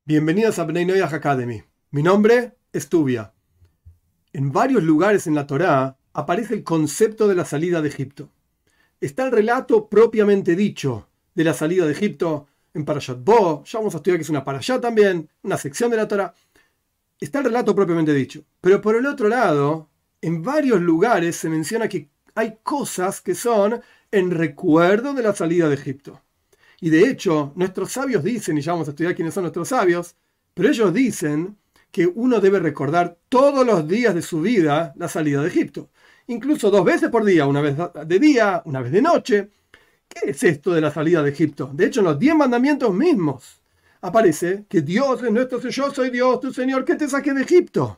Bienvenidos a Bnei Noyaj Academy. Mi nombre es Tubia. En varios lugares en la Torá aparece el concepto de la salida de Egipto. Está el relato propiamente dicho de la salida de Egipto en Parashat Bo. Ya vamos a estudiar que es una parashá también, una sección de la Torá. Está el relato propiamente dicho. Pero por el otro lado, en varios lugares se menciona que hay cosas que son en recuerdo de la salida de Egipto. Y de hecho, nuestros sabios dicen, y ya vamos a estudiar quiénes son nuestros sabios, pero ellos dicen que uno debe recordar todos los días de su vida la salida de Egipto. Incluso 2 veces por día, una vez de día, una vez de noche. ¿Qué es esto de la salida de Egipto? De hecho, en los 10 mandamientos mismos aparece que Dios es nuestro, yo soy Dios, tu Señor, que te saqué de Egipto.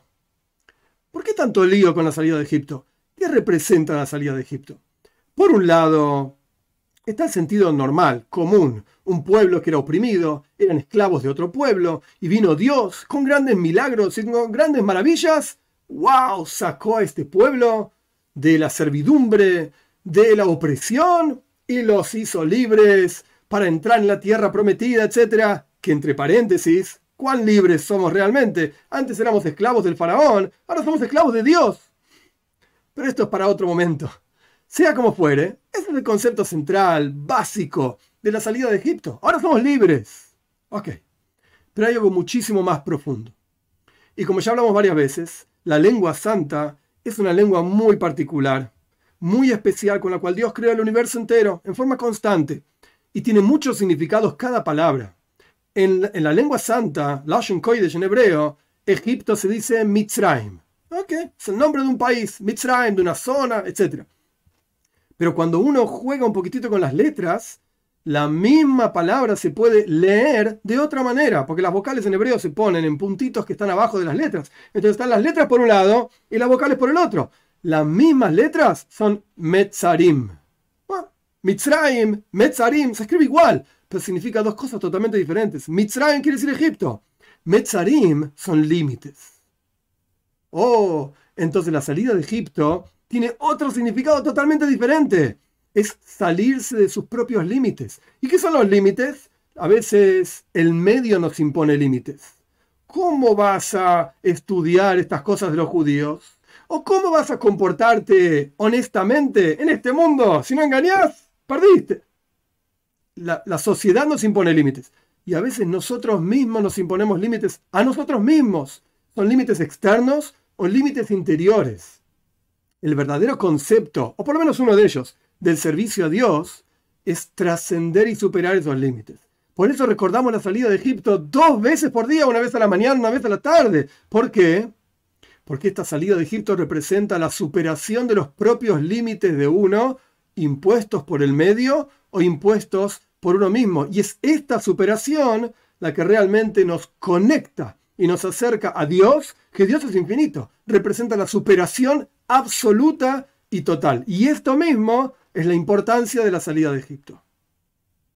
¿Por qué tanto lío con la salida de Egipto? ¿Qué representa la salida de Egipto? Por un lado, está el sentido normal, común. Un pueblo que era oprimido, eran esclavos de otro pueblo, y vino Dios con grandes milagros y con grandes maravillas. ¡Wow! Sacó a este pueblo de la servidumbre, de la opresión, y los hizo libres para entrar en la tierra prometida, etc. Que entre paréntesis, ¿cuán libres somos realmente? Antes éramos esclavos del faraón, ahora somos esclavos de Dios. Pero esto es para otro momento. Sea como fuere, ese es el concepto central, básico, de la salida de Egipto. Ahora somos libres. Ok. Pero hay algo muchísimo más profundo. Y como ya hablamos varias veces, la lengua santa es una lengua muy particular, muy especial, con la cual Dios creó el universo entero, en forma constante. Y tiene muchos significados cada palabra. En la lengua santa, Lashon Kodesh en hebreo, Egipto se dice Mitzrayim. Ok. Es el nombre de un país, Mitzrayim, de una zona, etc. Pero cuando uno juega un poquitito con las letras, la misma palabra se puede leer de otra manera, porque las vocales en hebreo se ponen en puntitos que están abajo de las letras. Entonces están las letras por un lado y las vocales por el otro. Las mismas letras son Metzarim. Bueno, Mitzrayim, Metzarim, se escribe igual, pero significa dos cosas totalmente diferentes. Mitzrayim quiere decir Egipto. Metzarim son límites. Oh, entonces la salida de Egipto tiene otro significado totalmente diferente. Es salirse de sus propios límites. ¿Y qué son los límites? A veces el medio nos impone límites. ¿Cómo vas a estudiar estas cosas de los judíos? ¿O cómo vas a comportarte honestamente en este mundo? Si no engañás, perdiste. La sociedad nos impone límites. Y a veces nosotros mismos nos imponemos límites a nosotros mismos. Son límites externos o límites interiores. El verdadero concepto, o por lo menos uno de ellos, del servicio a Dios, es trascender y superar esos límites. Por eso recordamos la salida de Egipto 2 veces por día, una vez a la mañana, una vez a la tarde. ¿Por qué? Porque esta salida de Egipto representa la superación de los propios límites de uno, impuestos por el medio o impuestos por uno mismo. Y es esta superación la que realmente nos conecta y nos acerca a Dios, que Dios es infinito. Representa la superación absoluta y total. Y esto mismo es la importancia de la salida de Egipto.